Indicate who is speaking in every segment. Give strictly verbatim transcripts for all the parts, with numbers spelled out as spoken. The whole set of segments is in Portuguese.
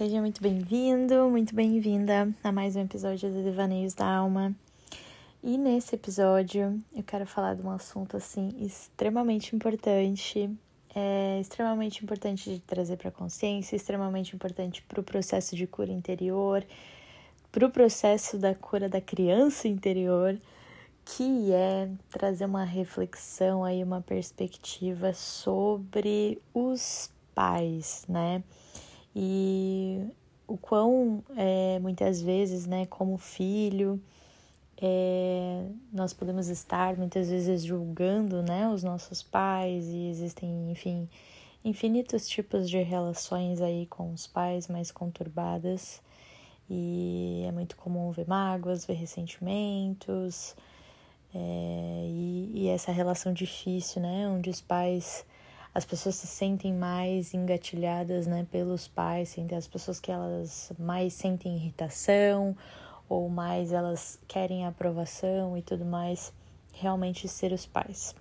Speaker 1: seja muito bem-vindo, muito bem-vinda a mais um episódio do Devaneios da Alma. E nesse episódio eu quero falar de um assunto assim extremamente importante, é extremamente importante de trazer para a consciência, extremamente importante para o processo de cura interior, para o processo da cura da criança interior, que é trazer uma reflexão aí, uma perspectiva sobre os pais, né? E o quão, é, muitas vezes, né, como filho, é, nós podemos estar muitas vezes julgando, né, os nossos pais, e existem, enfim, infinitos tipos de relações aí com os pais mais conturbadas, e é muito comum ver mágoas, ver ressentimentos, é, e, e essa relação difícil, né, onde os pais... As pessoas se sentem mais engatilhadas, né, pelos pais, sentem as pessoas que elas mais sentem irritação ou mais elas querem aprovação e tudo mais, realmente ser os pais.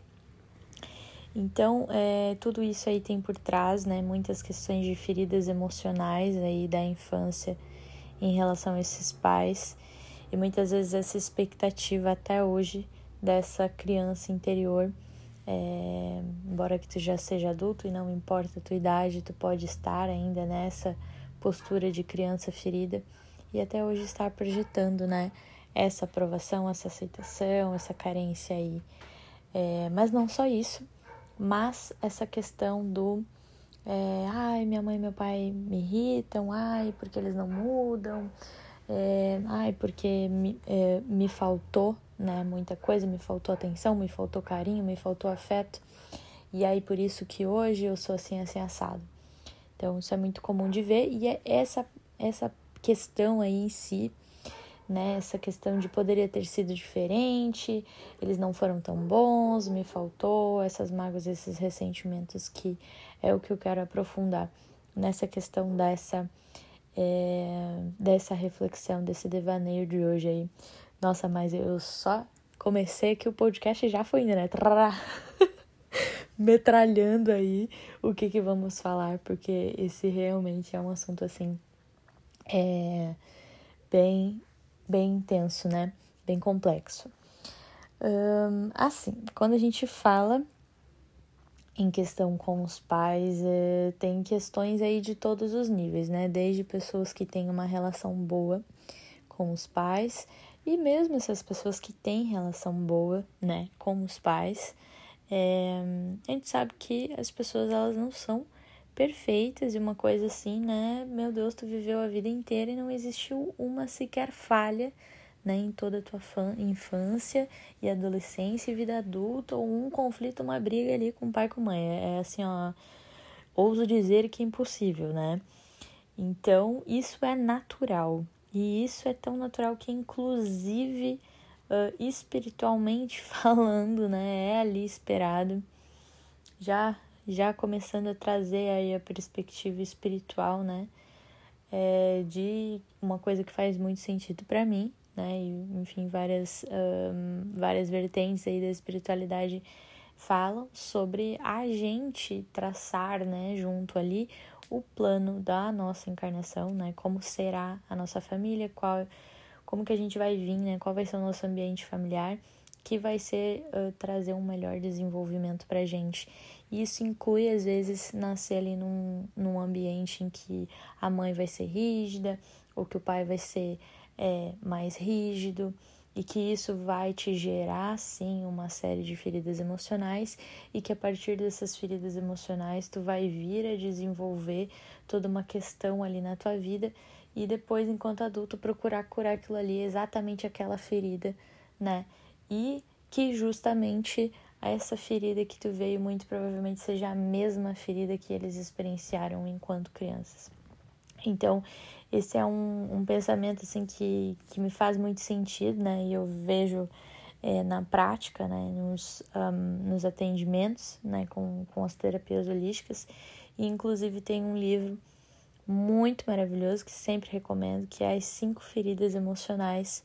Speaker 1: Então, é, tudo isso aí tem por trás, né, muitas questões de feridas emocionais aí da infância em relação a esses pais e muitas vezes essa expectativa até hoje dessa criança interior. É, embora que tu já seja adulto e não importa a tua idade, tu pode estar ainda nessa postura de criança ferida e até hoje estar projetando, né, essa aprovação, essa aceitação, essa carência aí. É, mas não só isso, mas essa questão do é, ai, minha mãe e meu pai me irritam, ai, porque eles não mudam, é, ai, porque me, é, me faltou, né, muita coisa, me faltou atenção, me faltou carinho, me faltou afeto, e aí por isso que hoje eu sou assim, assim, assado. Então isso é muito comum de ver, e é essa, essa questão aí em si, né, essa questão de poderia ter sido diferente, eles não foram tão bons, me faltou, essas mágoas, esses ressentimentos que é o que eu quero aprofundar nessa questão dessa, é, dessa reflexão, desse devaneio de hoje aí. Nossa, mas eu só comecei que o podcast já foi indo, né? Metralhando aí o que que vamos falar, porque esse realmente é um assunto assim, é, bem, bem intenso, né? Bem complexo. Um, assim, quando a gente fala em questão com os pais, é, tem questões aí de todos os níveis, né? Desde pessoas que têm uma relação boa com os pais e mesmo essas pessoas que têm relação boa, né, com os pais, é, a gente sabe que as pessoas, elas não são perfeitas e uma coisa assim, né, meu Deus, tu viveu a vida inteira e não existiu uma sequer falha, né, em toda a tua infância e adolescência e vida adulta, ou um conflito, uma briga ali com o pai e com a mãe. É, é assim, ó, ouso dizer que é impossível, né? Então, isso é natural. E isso é tão natural que, inclusive, uh, espiritualmente falando, né, é ali esperado. Já, já começando a trazer aí a perspectiva espiritual, né, é, de uma coisa que faz muito sentido para mim, né, e, enfim, várias, um, várias vertentes aí da espiritualidade falam sobre a gente traçar, né, junto ali o plano da nossa encarnação, né, como será a nossa família, qual, como que a gente vai vir, né, qual vai ser o nosso ambiente familiar, que vai ser uh, trazer um melhor desenvolvimento pra gente. E isso inclui, às vezes, nascer ali num, num ambiente em que a mãe vai ser rígida, ou que o pai vai ser é, mais rígido, e que isso vai te gerar, sim, uma série de feridas emocionais e que a partir dessas feridas emocionais tu vai vir a desenvolver toda uma questão ali na tua vida e depois, enquanto adulto, procurar curar aquilo ali, exatamente aquela ferida, né? E que justamente essa ferida que tu veio muito provavelmente seja a mesma ferida que eles experienciaram enquanto crianças. Então, esse é um, um pensamento assim que, que me faz muito sentido, né? E eu vejo é, na prática, né? Nos, um, nos atendimentos, né? Com, com as terapias holísticas. E, inclusive, tem um livro muito maravilhoso que sempre recomendo, que é As Cinco Feridas Emocionais,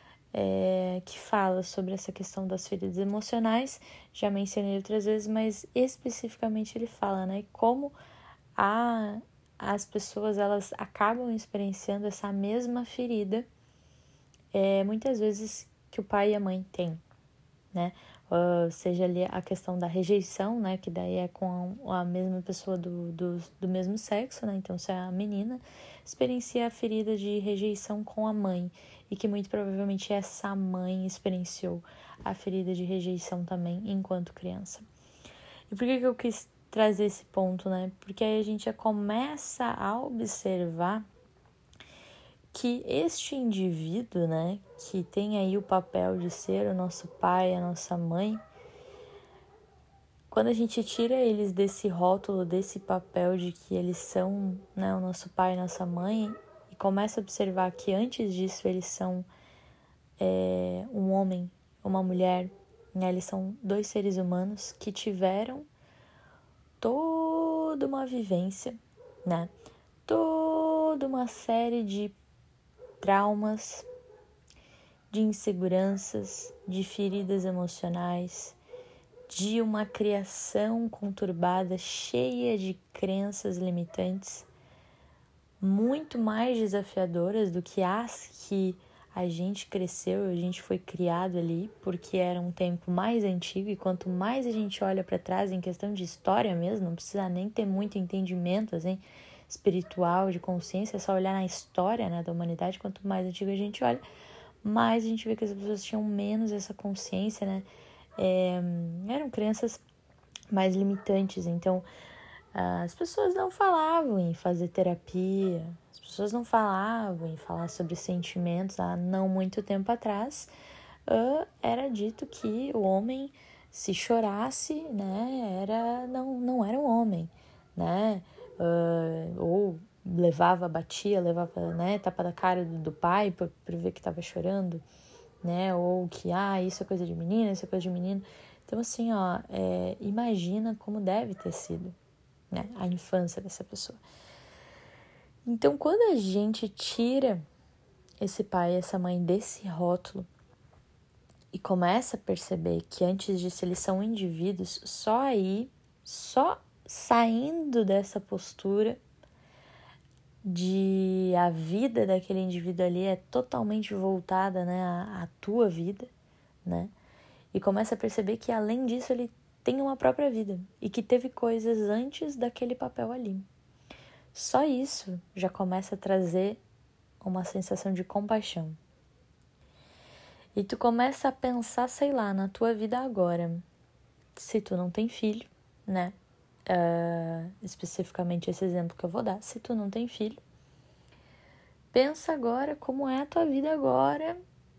Speaker 1: é, que fala sobre essa questão das feridas emocionais. Já mencionei outras vezes, mas especificamente ele fala, né? Como a... as pessoas elas acabam experienciando essa mesma ferida, é, muitas vezes que o pai e a mãe têm, né? Uh, seja ali a questão da rejeição, né? Que daí é com a, a mesma pessoa do, do, do mesmo sexo, né? Então, se a menina experiencia a ferida de rejeição com a mãe, e que muito provavelmente essa mãe experienciou a ferida de rejeição também enquanto criança. E por que que eu quis trazer esse ponto, né? Porque aí a gente já começa a observar que este indivíduo, né, que tem aí o papel de ser o nosso pai, a nossa mãe, quando a gente tira eles desse rótulo, desse papel de que eles são, né, o nosso pai e nossa mãe, e começa a observar que antes disso eles são é, um homem, uma mulher, né, eles são dois seres humanos que tiveram toda uma vivência, né, toda uma série de traumas, de inseguranças, de feridas emocionais, de uma criação conturbada, cheia de crenças limitantes, muito mais desafiadoras do que as que a gente cresceu, a gente foi criado ali, porque era um tempo mais antigo, e quanto mais a gente olha para trás em questão de história mesmo, não precisa nem ter muito entendimento assim, espiritual, de consciência, é só olhar na história, né, da humanidade. Quanto mais antigo a gente olha, mais a gente vê que as pessoas tinham menos essa consciência, né, é, eram crenças mais limitantes. Então as pessoas não falavam em fazer terapia, as pessoas não falavam em falar sobre sentimentos. Há não muito tempo atrás uh, era dito que o homem, se chorasse, né, era, não, não era um homem, né, uh, ou levava, batia, levava, né, tapa da cara do, do pai por, por ver que estava chorando, né, ou que, ah, isso é coisa de menina, isso é coisa de menino. Então, assim, ó, é, imagina como deve ter sido, né, a infância dessa pessoa. Então, quando a gente tira esse pai e essa mãe desse rótulo e começa a perceber que antes disso eles são indivíduos, só aí, só saindo dessa postura de a vida daquele indivíduo ali é totalmente voltada, né, à, à tua vida, né, e começa a perceber que além disso ele tem uma própria vida e que teve coisas antes daquele papel ali. Só isso já começa a trazer uma sensação de compaixão. E tu começa a pensar, sei lá, na tua vida agora. Se tu não tem filho, né? Uh, especificamente esse exemplo que eu vou dar. Se tu não tem filho, pensa agora como é a tua vida agora.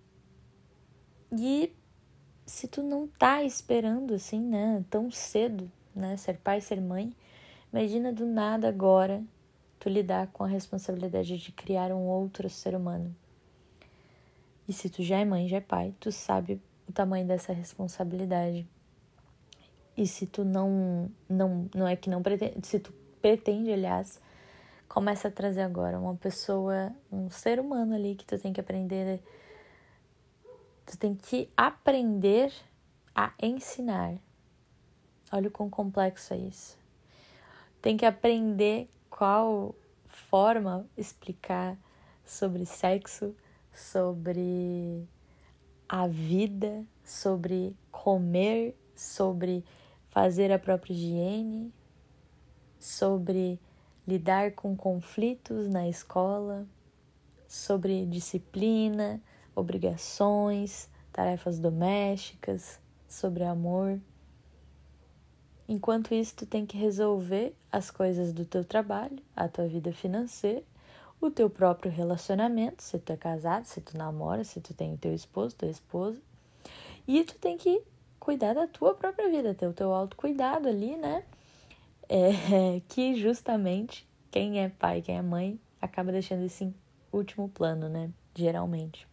Speaker 1: E se tu não tá esperando assim, né, tão cedo, né, ser pai, ser mãe, imagina do nada agora tu lidar com a responsabilidade de criar um outro ser humano. E se tu já é mãe, já é pai, tu sabe o tamanho dessa responsabilidade. E se tu não, não, não é que não pretende, se tu pretende, aliás, começa a trazer agora uma pessoa, um ser humano ali que tu tem que aprender, tu tem que aprender a ensinar. Olha o quão complexo é isso. Tem que aprender qual forma explicar sobre sexo, sobre a vida, sobre comer, sobre fazer a própria higiene, sobre lidar com conflitos na escola, sobre disciplina, obrigações, tarefas domésticas, sobre amor. Enquanto isso, tu tem que resolver as coisas do teu trabalho, a tua vida financeira, o teu próprio relacionamento, se tu é casado, se tu namora, se tu tem o teu esposo, tua esposa. E tu tem que cuidar da tua própria vida, ter o teu autocuidado ali, né? É, que justamente quem é pai, quem é mãe, acaba deixando isso em último plano, né? Geralmente.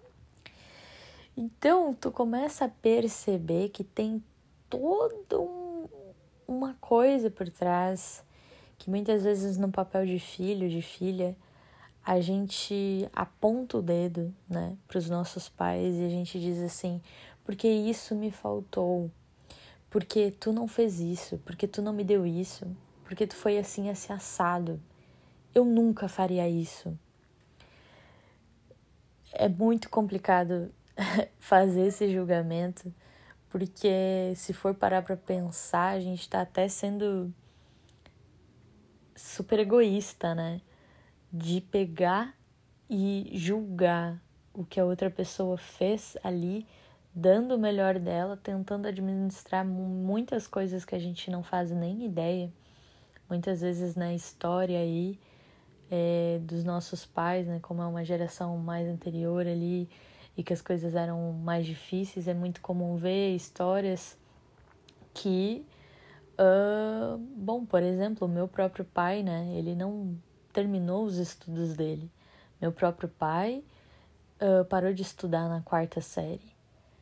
Speaker 1: Então, tu começa a perceber que tem toda um, uma coisa por trás, que muitas vezes no papel de filho, de filha, a gente aponta o dedo, né, para os nossos pais e a gente diz assim, porque isso me faltou, porque tu não fez isso, porque tu não me deu isso, porque tu foi assim, assim assado. eu nunca faria isso. É muito complicado fazer esse julgamento, porque se for parar pra pensar, a gente tá até sendo super egoísta, né? De pegar e julgar o que a outra pessoa fez ali, dando o melhor dela, tentando administrar muitas coisas que a gente não faz nem ideia. Muitas vezes na história aí é, dos nossos pais, né, como é uma geração mais anterior ali e que as coisas eram mais difíceis, é muito comum ver histórias que, uh, bom, por exemplo, o meu próprio pai, né, ele não terminou os estudos dele. Meu próprio pai uh, parou de estudar na quarta série.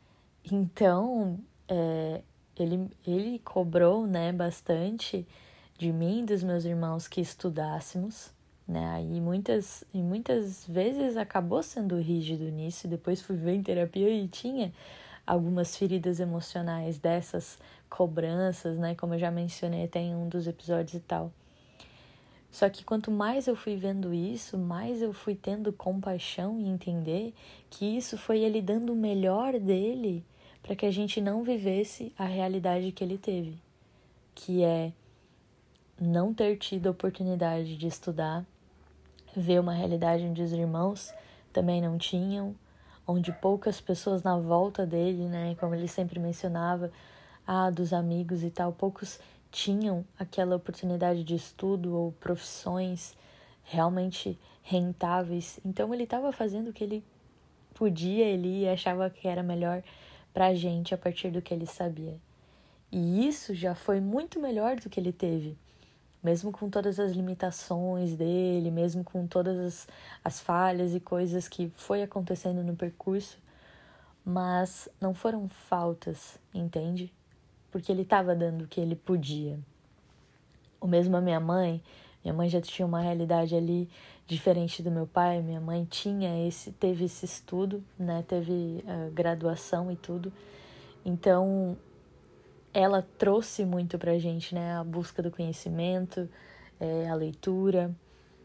Speaker 1: Então, é, ele, ele cobrou, né, bastante de mim e dos meus irmãos que estudássemos, né, e muitas, e muitas vezes acabou sendo rígido nisso. Depois fui ver em terapia e tinha algumas feridas emocionais dessas cobranças, né, como eu já mencionei até em um dos episódios e tal. Só que quanto mais eu fui vendo isso, mais eu fui tendo compaixão e entender que isso foi ele dando o melhor dele para que a gente não vivesse a realidade que ele teve, que é não ter tido a oportunidade de estudar, ver uma realidade onde os irmãos também não tinham, onde poucas pessoas na volta dele, né, como ele sempre mencionava, ah, dos amigos e tal, poucos tinham aquela oportunidade de estudo ou profissões realmente rentáveis. Então ele estava fazendo o que ele podia, ele achava que era melhor pra gente a partir do que ele sabia. E isso já foi muito melhor do que ele teve. Mesmo com todas as limitações dele, mesmo com todas as, as falhas e coisas que foi acontecendo no percurso, mas não foram faltas, entende? Porque ele estava dando o que ele podia. O mesmo a minha mãe, minha mãe já tinha uma realidade ali diferente do meu pai, minha mãe tinha esse, teve esse estudo, né, teve uh, graduação e tudo, então ela trouxe muito pra gente, né, a busca do conhecimento, é, a leitura,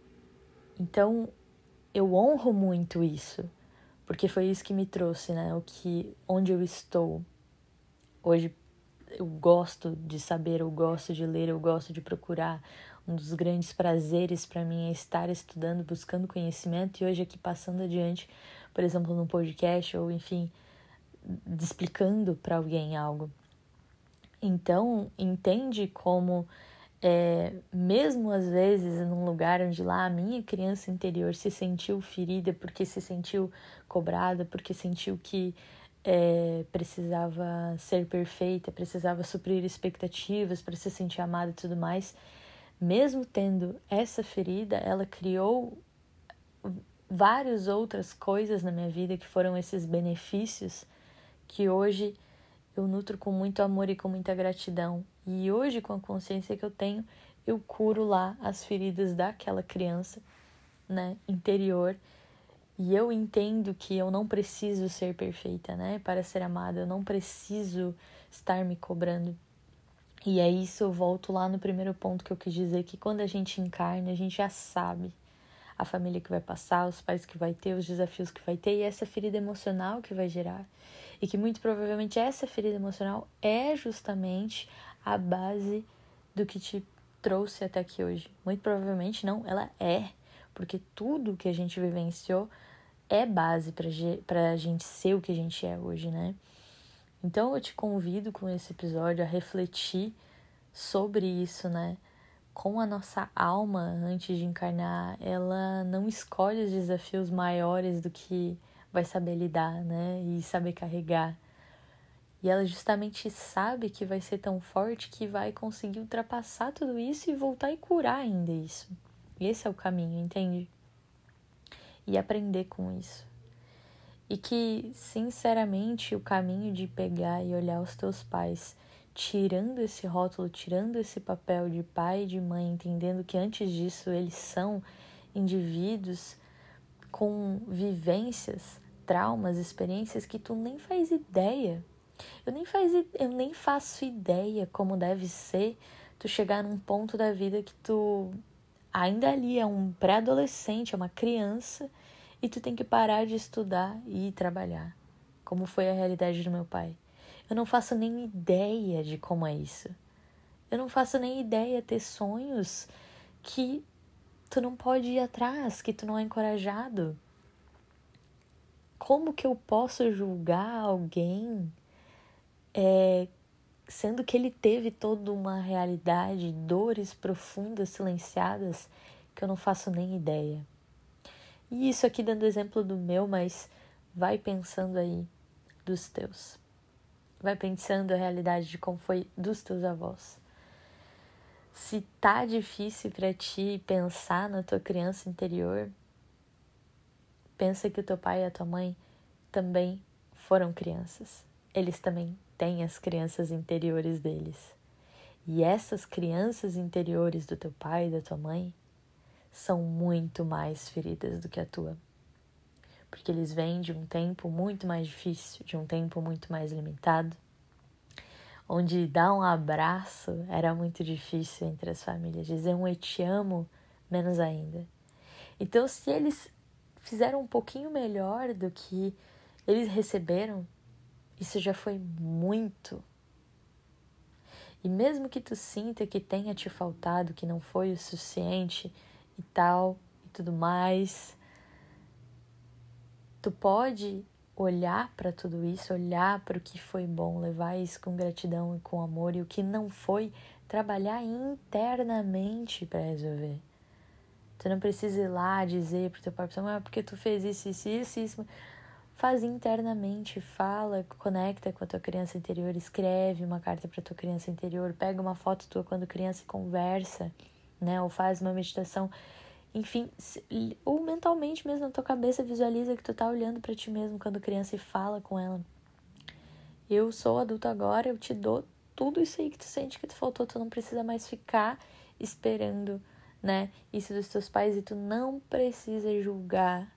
Speaker 1: então eu honro muito isso, porque foi isso que me trouxe, né, o que, onde eu estou hoje. Eu gosto de saber, eu gosto de ler, eu gosto de procurar. Um dos grandes prazeres para mim é estar estudando, buscando conhecimento e hoje aqui passando adiante, por exemplo, num podcast ou, enfim, explicando para alguém algo. Então, entende como, é, mesmo às vezes num lugar onde lá a minha criança interior se sentiu ferida porque se sentiu cobrada, porque sentiu que É, precisava ser perfeita, precisava suprir expectativas para se sentir amada e tudo mais. Mesmo tendo essa ferida, ela criou várias outras coisas na minha vida que foram esses benefícios que hoje eu nutro com muito amor e com muita gratidão. E hoje, com a consciência que eu tenho, eu curo lá as feridas daquela criança, né, interior. E eu entendo que eu não preciso ser perfeita, né? Para ser amada, eu não preciso estar me cobrando. E é isso, eu volto lá no primeiro ponto que eu quis dizer, que quando a gente encarna, a gente já sabe a família que vai passar, os pais que vai ter, os desafios que vai ter e essa ferida emocional que vai gerar. E que muito provavelmente essa ferida emocional é justamente a base do que te trouxe até aqui hoje. Muito provavelmente não, ela é, porque tudo que a gente vivenciou é base para a gente ser o que a gente é hoje, né? Então eu te convido com esse episódio a refletir sobre isso, né? Com a nossa alma, antes de encarnar, ela não escolhe os desafios maiores do que vai saber lidar, né? E saber carregar. E ela justamente sabe que vai ser tão forte que vai conseguir ultrapassar tudo isso e voltar e curar ainda isso. E esse é o caminho, entende? E aprender com isso. E que, sinceramente, o caminho de pegar e olhar os teus pais, tirando esse rótulo, tirando esse papel de pai e de mãe, entendendo que antes disso eles são indivíduos com vivências, traumas, experiências que tu nem faz ideia. Eu nem, faz, eu nem faço ideia como deve ser tu chegar num ponto da vida que tu ainda ali é um pré-adolescente, é uma criança, e tu tem que parar de estudar e ir trabalhar, como foi a realidade do meu pai. Eu não faço nem ideia de como é isso. Eu não faço nem ideia ter sonhos que tu não pode ir atrás, que tu não é encorajado. Como que eu posso julgar alguém é, sendo que ele teve toda uma realidade, dores profundas, silenciadas, que eu não faço nem ideia? E isso aqui dando exemplo do meu, mas vai pensando aí dos teus. Vai pensando a realidade de como foi dos teus avós. Se tá difícil para ti pensar na tua criança interior, pensa que o teu pai e a tua mãe também foram crianças. Eles também têm as crianças interiores deles. E essas crianças interiores do teu pai e da tua mãe são muito mais feridas do que a tua. Porque eles vêm de um tempo muito mais difícil, de um tempo muito mais limitado, onde dar um abraço era muito difícil entre as famílias, dizer um eu te amo, menos ainda. Então, se eles fizeram um pouquinho melhor do que eles receberam, isso já foi muito. E mesmo que tu sinta que tenha te faltado, que não foi o suficiente e tal, e tudo mais, tu pode olhar para tudo isso, olhar para o que foi bom, levar isso com gratidão e com amor, e o que não foi, trabalhar internamente para resolver. Tu não precisa ir lá dizer pro teu pai, ah, porque tu fez isso, isso, isso, isso. Faz internamente, fala, conecta com a tua criança interior, escreve uma carta para tua criança interior, pega uma foto tua quando criança e conversa, né? Ou faz uma meditação. Enfim, ou mentalmente mesmo na tua cabeça visualiza que tu tá olhando para ti mesmo quando criança e fala com ela. Eu sou adulto agora, eu te dou tudo isso aí que tu sente que tu faltou, tu não precisa mais ficar esperando, né? Isso dos teus pais, e tu não precisa julgar.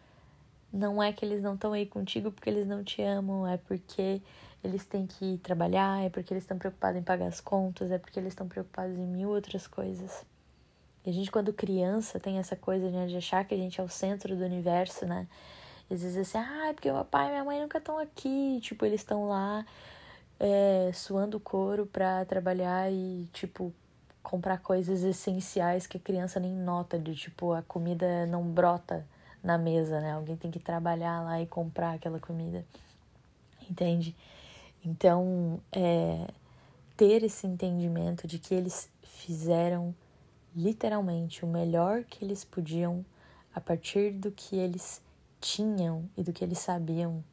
Speaker 1: Não é que eles não estão aí contigo porque eles não te amam, é porque eles têm que ir trabalhar, é porque eles estão preocupados em pagar as contas, é porque eles estão preocupados em mil outras coisas. E a gente, quando criança, tem essa coisa, né, de achar que a gente é o centro do universo, né? E às vezes assim, ah, é porque meu pai e minha mãe nunca estão aqui. Tipo, eles estão lá é, suando o couro pra trabalhar e, tipo, comprar coisas essenciais que a criança nem nota, de tipo, a comida não brota na mesa, né? Alguém tem que trabalhar lá e comprar aquela comida, entende? Então, é, ter esse entendimento de que eles fizeram literalmente o melhor que eles podiam a partir do que eles tinham e do que eles sabiam,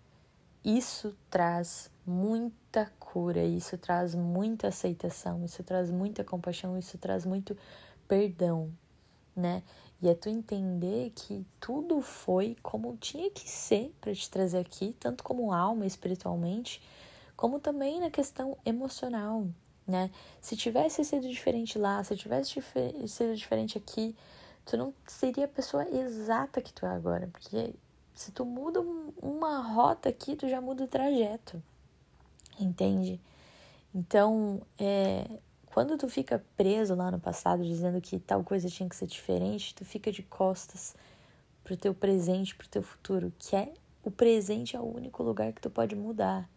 Speaker 1: isso traz muita cura, isso traz muita aceitação, isso traz muita compaixão, isso traz muito perdão, né? E é tu entender que tudo foi como tinha que ser para te trazer aqui, tanto como alma, espiritualmente, como também na questão emocional, né? Se tivesse sido diferente lá, se tivesse sido diferente aqui, tu não seria a pessoa exata que tu é agora, porque se tu muda uma rota aqui, tu já muda o trajeto, entende? Então, é, quando tu fica preso lá no passado, dizendo que tal coisa tinha que ser diferente, tu fica de costas pro teu presente, pro teu futuro, que é o presente é o único lugar que tu pode mudar,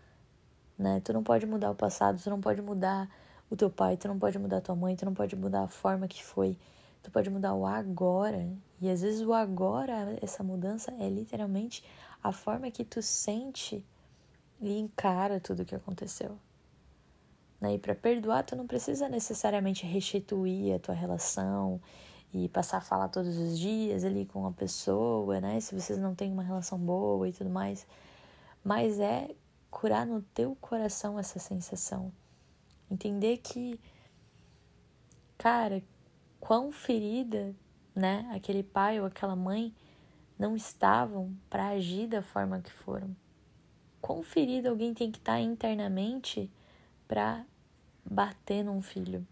Speaker 1: né? Tu não pode mudar o passado, tu não pode mudar o teu pai, tu não pode mudar a tua mãe, tu não pode mudar a forma que foi, tu pode mudar o agora. E às vezes o agora, essa mudança é literalmente a forma que tu sente e encara tudo o que aconteceu. Né? E para perdoar, tu não precisa necessariamente restituir a tua relação e passar a falar todos os dias ali com a pessoa, né? Se vocês não têm uma relação boa e tudo mais. Mas é curar no teu coração essa sensação. Entender que, cara, quão ferida, né, aquele pai ou aquela mãe não estavam para agir da forma que foram. Quão ferida alguém tem que estar tá internamente para bater num filho,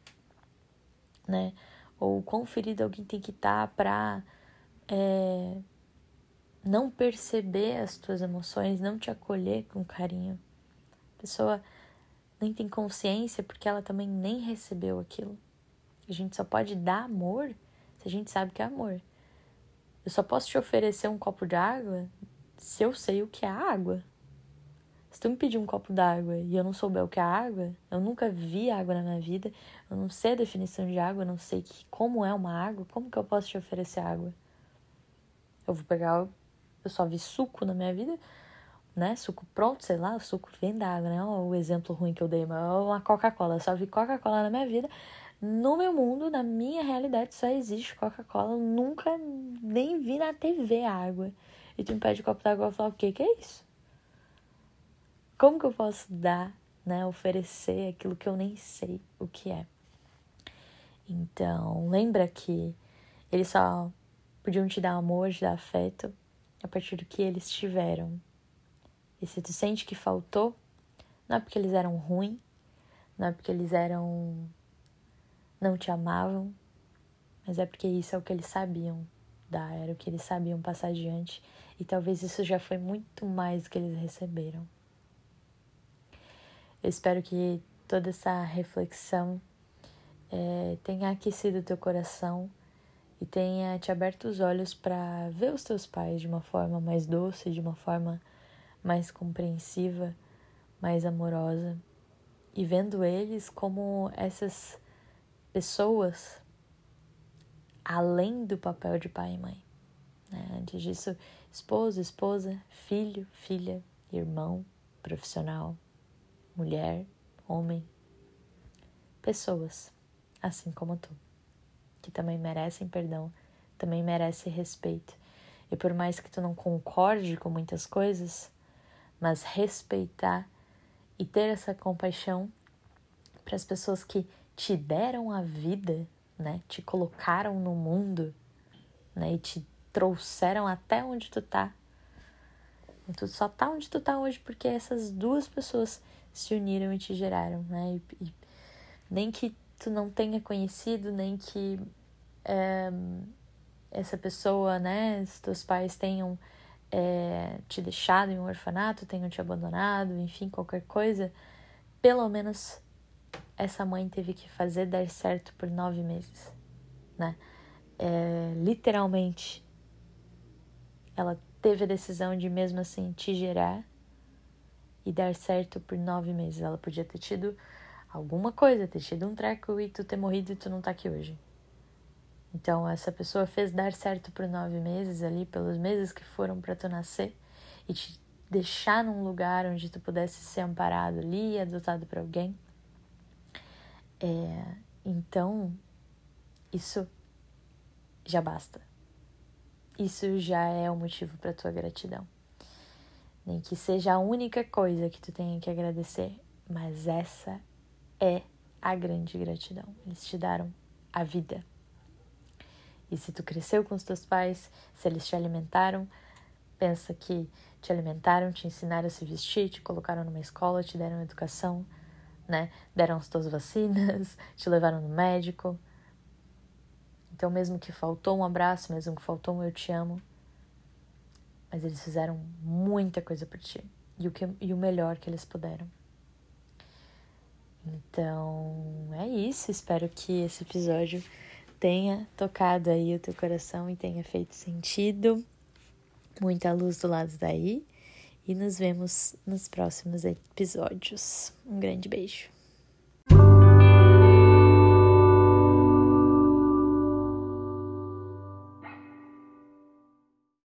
Speaker 1: né? Ou quão ferido alguém tem que estar tá para é, não perceber as tuas emoções, não te acolher com carinho. A pessoa nem tem consciência porque ela também nem recebeu aquilo. A gente só pode dar amor Se a gente sabe que é amor. Eu só posso te oferecer um copo de água se eu sei o que é água. Se tu me pedir um copo d'água e eu não souber o que é água, eu nunca vi água na minha vida, eu não sei a definição de água, eu não sei que, como é uma água, como que eu posso te oferecer água? Eu vou pegar, eu só vi suco na minha vida, né? Suco pronto, sei lá, o suco vem da água, né? O exemplo ruim que eu dei, mas é uma Coca-Cola. Eu só vi Coca-Cola na minha vida. No meu mundo, na minha realidade, só existe Coca-Cola. Eu nunca nem vi na T V água. E tu me pede um copo d'água e falo, o que que é isso? Como que eu posso dar, né? Oferecer aquilo que eu nem sei o que é? Então, lembra que eles só podiam te dar amor, te dar afeto a partir do que eles tiveram. E se tu sente que faltou, não é porque eles eram ruins, não é porque eles eram... não te amavam, mas é porque isso é o que eles sabiam dar, era o que eles sabiam passar adiante. E talvez isso já foi muito mais do que eles receberam. Eu espero que toda essa reflexão é, tenha aquecido o teu coração e tenha te aberto os olhos para ver os teus pais de uma forma mais doce, de uma forma mais compreensiva, mais amorosa, e vendo eles como essas pessoas além do papel de pai e mãe. Né? Antes disso, esposo, esposa, filho, filha, irmão, profissional, mulher, homem, pessoas, assim como tu, que também merecem perdão, também merecem respeito. E por mais que tu não concorde com muitas coisas, mas respeitar e ter essa compaixão para as pessoas que te deram a vida, né? Te colocaram no mundo, né? E te trouxeram até onde tu tá. E tu só tá onde tu tá hoje porque essas duas pessoas se uniram e te geraram, né? E, e nem que tu não tenha conhecido, nem que é, essa pessoa, né? Os teus pais tenham é, te deixado em um orfanato, tenham te abandonado, enfim, qualquer coisa, pelo menos essa mãe teve que fazer dar certo por nove meses, né? É, literalmente, ela teve a decisão de mesmo assim te gerar e dar certo por nove meses. Ela podia ter tido alguma coisa, ter tido um treco e tu ter morrido e tu não tá aqui hoje. Então essa pessoa fez dar certo por nove meses ali, pelos meses que foram pra tu nascer, e te deixar num lugar onde tu pudesse ser amparado ali, adotado por alguém. É, então, isso já basta. Isso já é o motivo para tua gratidão. Nem que seja a única coisa que tu tenha que agradecer, mas essa é a grande gratidão. Eles te deram a vida. E se tu cresceu com os teus pais, se eles te alimentaram, pensa que te alimentaram, te ensinaram a se vestir, te colocaram numa escola, te deram educação, né? Deram as tuas vacinas, te levaram no médico. Então, mesmo que faltou um abraço, mesmo que faltou um eu te amo, mas eles fizeram muita coisa por ti. E o, que, e o melhor que eles puderam. Então, é isso. Espero que esse episódio tenha tocado aí o teu coração e tenha feito sentido. Muita luz do lado daí. E nos vemos nos próximos episódios. Um grande beijo.